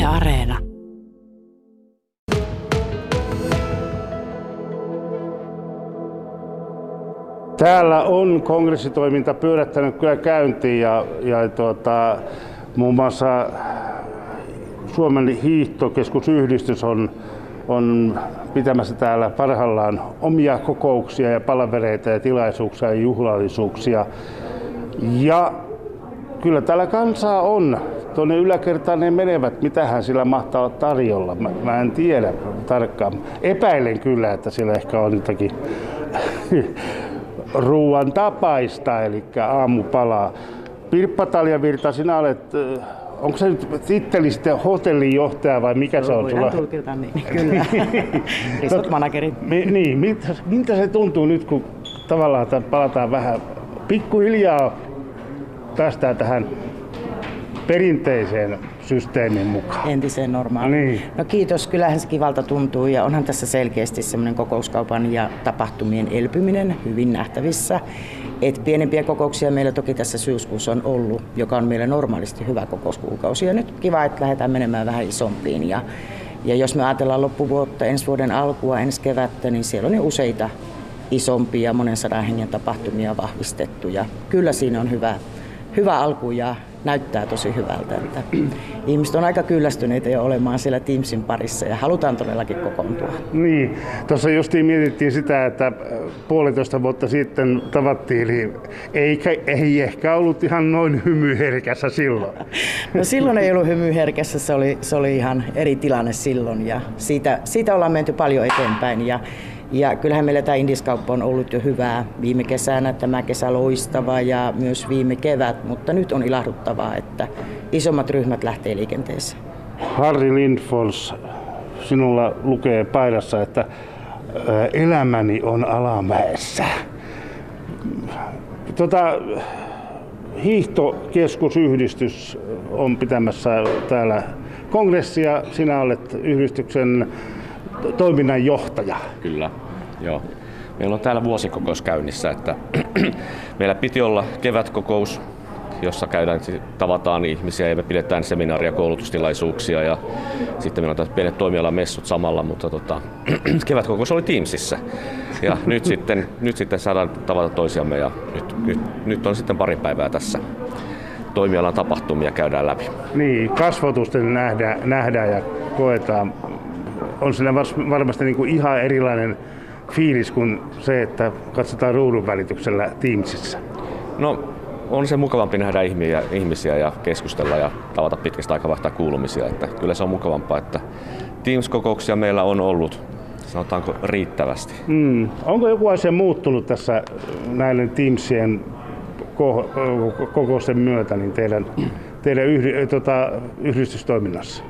Areena. Täällä on kongressitoiminta pyörättänyt kyllä käyntiin ja muun muassa Suomen hiihtokeskusyhdistys on pitämässä täällä parhaillaan omia kokouksia ja palavereita ja tilaisuuksia ja juhlallisuuksia. Ja kyllä täällä kansaa on. Tuonne yläkertaan ne menevät. Mitähän sillä mahtaa olla tarjolla? Mä en tiedä tarkkaan. Epäilen kyllä, että siellä ehkä on jotakin ruuan tapaista, eli aamupalaa. Pirppa Taljavirta, sinä olet, onko se nyt titteli sitten hotellinjohtaja vai mikä se on? Voidaan tulkita niin, kyllä. Resort-manageri. Niin, miltä se tuntuu nyt, kun tavallaan palataan vähän pikkuhiljaa päästään tähän perinteiseen systeemin mukaan. Entiseen normaaliin. Niin. No kiitos, kyllähän se kivalta tuntuu ja onhan tässä selkeästi semmoinen kokouskaupan ja tapahtumien elpyminen hyvin nähtävissä. Et pienempiä kokouksia meillä toki tässä syyskuussa on ollut, joka on meillä normaalisti hyvä kokouskuukausi. Ja nyt kiva, että lähdetään menemään vähän isompiin. Ja jos me ajatellaan loppuvuotta, ensi vuoden alkua, ensi kevättä, niin siellä on jo useita isompia monen 100 hengen tapahtumia vahvistettu. Ja kyllä siinä on hyvä alku ja näyttää tosi hyvältä, että ihmiset on aika kyllästyneitä jo olemaan siellä Teamsin parissa ja halutaan todellakin kokoontua. Niin, tuossa justiin mietittiin sitä, että 1,5 vuotta sitten tavattiin, eli ei ehkä ollut ihan noin hymyherkässä silloin. No silloin ei ollut hymyherkässä, se oli ihan eri tilanne silloin ja siitä ollaan menty paljon eteenpäin. Ja kyllähän meillä tämä indiskauppa on ollut jo hyvää viime kesänä, tämä kesä loistava ja myös viime kevät, mutta nyt on ilahduttavaa, että isommat ryhmät lähtee liikenteeseen. Harri Lindfors, sinulla lukee paidassa, että elämäni on alamäessä. Hiihtokeskusyhdistys on pitämässä täällä kongressia, sinä olet yhdistyksen toiminnanjohtaja. Kyllä, joo. Meillä on täällä vuosikokous käynnissä, että meillä piti olla kevätkokous, jossa tavataan ihmisiä ja me pidetään seminaaria ja koulutustilaisuuksia ja sitten meillä on pienet toimialamessut samalla, mutta kevätkokous oli Teamsissa ja nyt sitten saadaan tavata toisiamme ja nyt on sitten pari päivää tässä toimialan tapahtumia käydään läpi. Niin, kasvotusten nähdään ja koetaan. On siinä varmasti niin kuin ihan erilainen fiilis kuin se, että katsotaan ruudun välityksellä Teamsissa. No, on se mukavampi nähdä ihmisiä ja keskustella ja tavata pitkästä aikaa vaihtaa kuulumisia. Että kyllä se on mukavampaa, että Teams-kokouksia meillä on ollut, sanotaanko riittävästi. Onko joku asia muuttunut tässä näiden Teamsien kokousten myötä niin teidän yhdistystoiminnassa?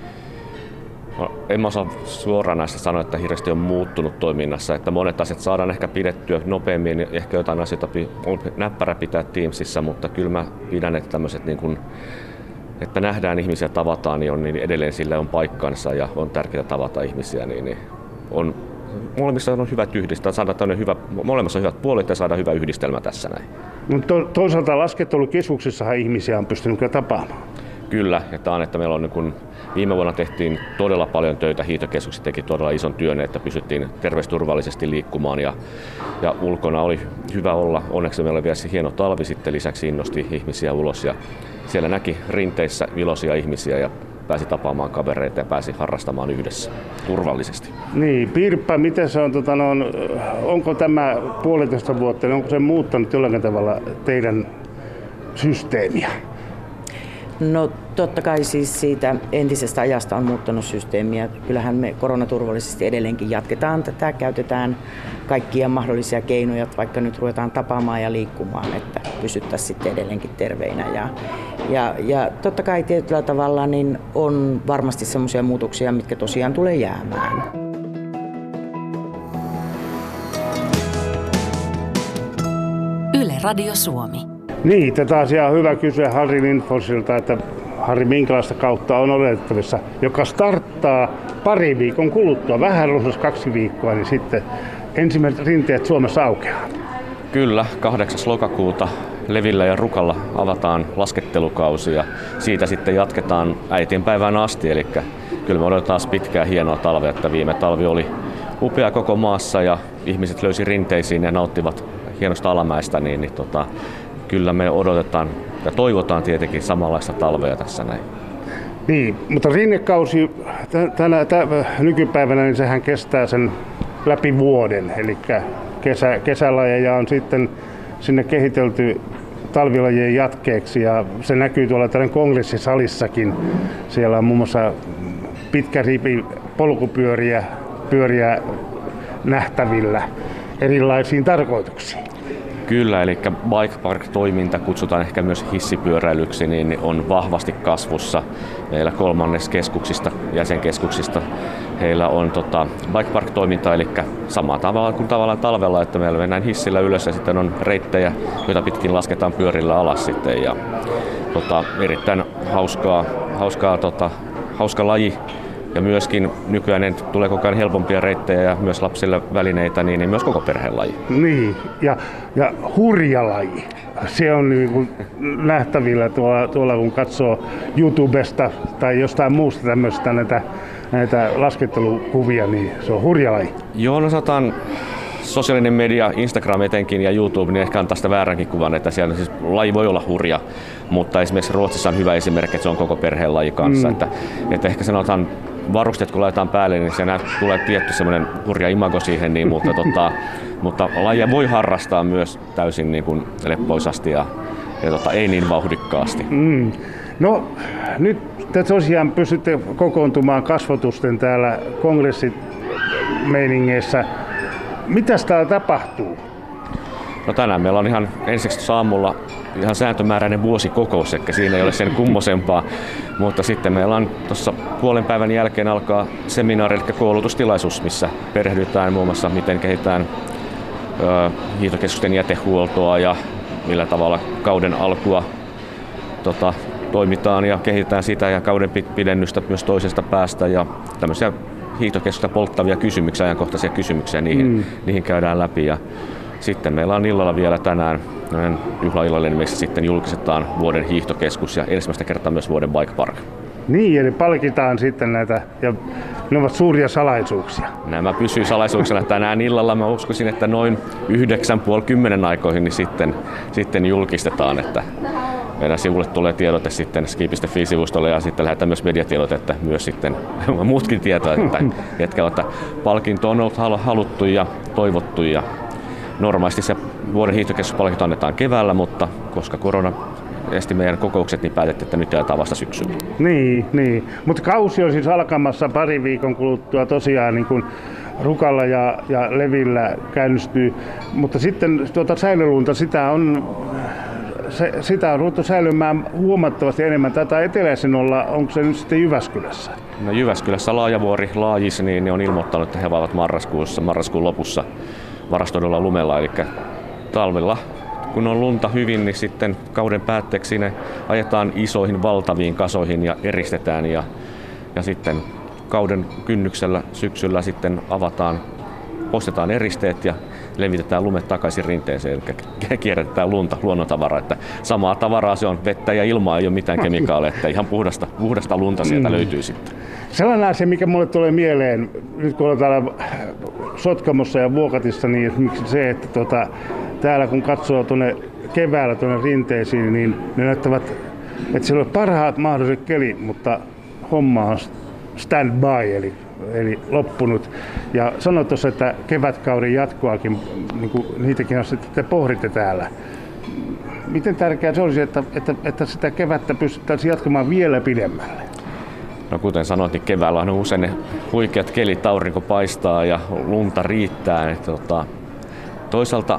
No, en mä osaa suoraan näistä sanoa, että hirveästi on muuttunut toiminnassa, että monet asiat saadaan ehkä pidettyä nopeammin, ehkä jotain asioita on näppärä pitää Teamsissa, mutta kyllä mä pidän, että tämmöiset niin kun, että nähdään ihmisiä, tavataan, niin edelleen sillä on paikkansa ja on tärkeää tavata ihmisiä, niin on molemmissa on hyvät yhdistää, molemmissa on hyvät puolet ja saada hyvä yhdistelmä tässä näin. Mutta toisaalta laskettelukeskuksissahan ihmisiä on pystynyt kyllä tapaamaan. Kyllä, ja tämä on, että meillä on kun viime vuonna tehtiin todella paljon töitä, hiihtokeskukset teki todella ison työn, että pysyttiin terveysturvallisesti liikkumaan ja ulkona oli hyvä olla. Onneksi meillä oli vielä hieno talvi sitten, lisäksi innosti ihmisiä ulos ja siellä näki rinteissä iloisia ihmisiä ja pääsi tapaamaan kavereita ja pääsi harrastamaan yhdessä turvallisesti. Niin, Pirppa, miten se on, onko tämä 1,5 vuotta, onko se muuttanut jollakin tavalla teidän systeemiä? No totta kai siis siitä entisestä ajasta on muuttanut systeemiä. Kyllähän me koronaturvallisesti edelleenkin jatketaan tätä, käytetään kaikkia mahdollisia keinoja, vaikka nyt ruvetaan tapaamaan ja liikkumaan, että pysyttäisiin sitten edelleenkin terveinä. Ja totta kai tietyllä tavalla niin on varmasti semmoisia muutoksia, mitkä tosiaan tulee jäämään. Yle Radio Suomi. Niin, tätä asiaa on hyvä kysyä Harri Lindforsilta, että Harri, minkälaista kautta on odotettavissa, joka starttaa pari viikon kuluttua, vähän runsas 2 viikkoa, niin sitten ensimmäiset rinteet Suomessa aukeaa. Kyllä, 8. lokakuuta Levillä ja Rukalla avataan laskettelukausi ja siitä sitten jatketaan äitienpäivään asti. Eli kyllä me odotetaan taas pitkää hienoa talvea, että viime talvi oli upea koko maassa ja ihmiset löysi rinteisiin ja nauttivat hienosta alamäestä, niin kyllä me odotetaan ja toivotaan tietenkin samanlaista talvea tässä näin. Niin, mutta rinnekausi nykypäivänä niin sehän kestää sen läpi vuoden, eli kesälajeja on sitten sinne kehitelty talvilajien jatkeeksi ja se näkyy tuolla tällä kongressisalissakin. Siellä on muun muassa pitkä ripi polkupyöriä nähtävillä erilaisiin tarkoituksiin. Kyllä, eli bike park-toiminta, kutsutaan ehkä myös hissipyöräilyksi, niin on vahvasti kasvussa. Meillä kolmanneskeskuksista, jäsenkeskuksista, heillä on bike park-toiminta, eli samalla tavalla kuin tavallaan talvella, että meillä mennään hissillä ylös ja sitten on reittejä, joita pitkin lasketaan pyörillä alas sitten. Ja, erittäin hauska laji. Ja myöskin nykyään tulee koko ajan helpompia reittejä ja myös lapsille välineitä, niin myös koko perheen laji. Niin, ja hurja laji. Se on niin kuin nähtävillä tuolla kun katsoo YouTubesta tai jostain muusta tämmöistä näitä laskettelukuvia, niin se on hurja laji. Joo, no sanotaan sosiaalinen media, Instagram etenkin ja YouTube, niin ehkä antaa sitä vääränkin kuvan, että siellä siis laji voi olla hurja, mutta esimerkiksi Ruotsissa on hyvä esimerkki, että se on koko perheen laji kanssa. Että ehkä sanotaan varusteet kun laitetaan päälle, niin se tulee tietty semmoinen hurja imago siihen, niin, mutta lajia voi harrastaa myös täysin niin kuin leppoisasti ja ei niin vauhdikkaasti. No nyt te tosiaan pystytte kokoontumaan kasvotusten täällä kongressimeiningeissä. Mitäs täällä tapahtuu? No tänään meillä on ihan ensiksi aamulla ihan sääntömääräinen vuosikokous, eli siinä ei ole sen kummosempaa, mutta sitten meillä on tuossa puolen päivän jälkeen alkaa seminaari, eli koulutustilaisuus, missä perehdytään muun muassa miten kehitetään hiihtokeskusten jätehuoltoa ja millä tavalla kauden alkua toimitaan ja kehitetään sitä ja kauden pidennystä myös toisesta päästä ja tämmöisiä hiihtokeskusta polttavia kysymyksiä, ajankohtaisia kysymyksiä, niihin käydään läpi. Ja sitten meillä on illalla vielä tänään juhlaillallinen, missä sitten julkistetaan vuoden hiihtokeskus ja ensimmäistä kertaa myös vuoden bike park. Niin, eli palkitaan sitten näitä, ja ne ovat suuria salaisuuksia. Nämä pysyy salaisuuksena tänään illalla. Mä uskoisin, että noin 9:30 aikoihin niin sitten julkistetaan, että meidän sivulle tulee tiedote sitten ski.fi-sivustolle ja sitten lähdetään myös mediatiedotetta myös sitten muutkin tietoa, että ketkä ovat palkinto on ollut haluttu ja toivottu ja normaalisti se vuoden hiihtokeskuspalkinto annetaan keväällä, mutta koska korona esti meidän kokoukset, niin päätettiin, että nyt jaetaan vasta syksyllä. Niin. Mutta kausi on siis alkamassa pari viikon kuluttua tosiaan niin kuin Rukalla ja Levillä käynnistyy, mutta sitten säilölunta, sitä on ruvettu säilymään huomattavasti enemmän. Tätä eteläisen olla, onko se nyt sitten Jyväskylässä? No Jyväskylässä Laajavuori, Laajis, niin ne on ilmoittanut, että he avaavat marraskuun lopussa varastoidulla lumella, eli talvella kun on lunta hyvin, niin sitten kauden päätteeksi ne ajetaan isoihin valtaviin kasoihin ja eristetään ja sitten kauden kynnyksellä syksyllä sitten poistetaan eristeet ja levitetään lumet takaisin rinteeseen, eli kierrätetään lunta, luonnontavaraa. Että samaa tavaraa se on, vettä ja ilmaa, ei ole mitään kemikaaleja, että ihan puhdasta lunta sieltä löytyy sitten. Sellainen asia, mikä mulle tulee mieleen, nyt kun olen täällä Sotkamossa ja Vuokatissa, niin miksi se, että täällä kun katsoo keväällä tuonne rinteisiin, niin ne näyttävät, että siellä on parhaat mahdolliset keli, mutta homma on stand-by, eli loppunut. Ja sanoit tuossa, että kevätkauden jatkoakin, niin niitäkin on sitten te pohditte täällä. Miten tärkeää se olisi, että sitä kevättä pystyttäisiin jatkamaan vielä pidemmälle? No kuten sanoit, niin keväällä on usein ne huikeat kelit, aurinko paistaa ja lunta riittää. Että toisaalta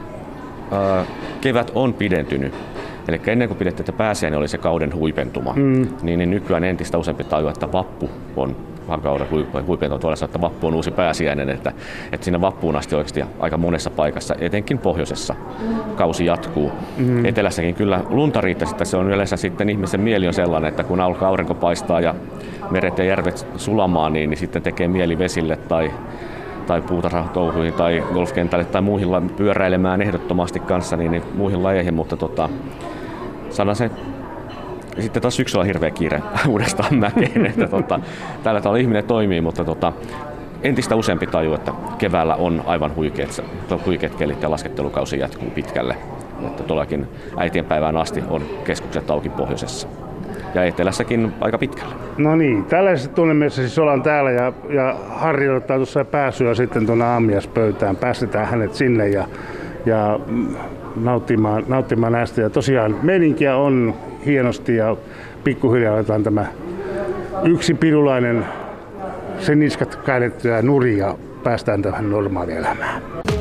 kevät on pidentynyt. Eli ennen kuin pidettiin, että pääsiäinen oli se kauden huipentuma, niin nykyään entistä useampi tajua, että vappu on kauden huipentuma tuolla, että vappu on uusi pääsiäinen, että siinä vappuun asti oikeasti aika monessa paikassa, etenkin pohjoisessa, kausi jatkuu. Etelässäkin kyllä lunta riittäisi, että se on yleensä sitten ihmisen mieli on sellainen, että kun alkaa aurinko paistaa ja meret ja järvet sulamaan, niin sitten tekee mieli vesille tai tai puutarhatouhuihin tai golfkentälle tai muihin pyöräilemään ehdottomasti kanssa niin muihin lajeihin, mutta saadaan se. Sitten taas syksyllä on hirveä kiire uudestaan mäkeen, että tällä tavalla ihminen toimii, mutta entistä useampi tajuu, että keväällä on aivan huikeat kelit ja laskettelukausi jatkuu pitkälle. Että tuollakin äitienpäivään asti on keskukset auki pohjoisessa ja etelässäkin aika pitkälle. No niin, tällaisessa tunnelmissa siis ollaan täällä ja Harri odottaa tuossa pääsyä sitten tuonne aamiaispöytään. Päästetään hänet sinne ja nauttimaan näistä. Ja tosiaan meininkiä on hienosti ja pikkuhiljaa otetaan tämä yksi pirulainen, sen niskat käännettyä nurin ja päästään tähän normaalielämään.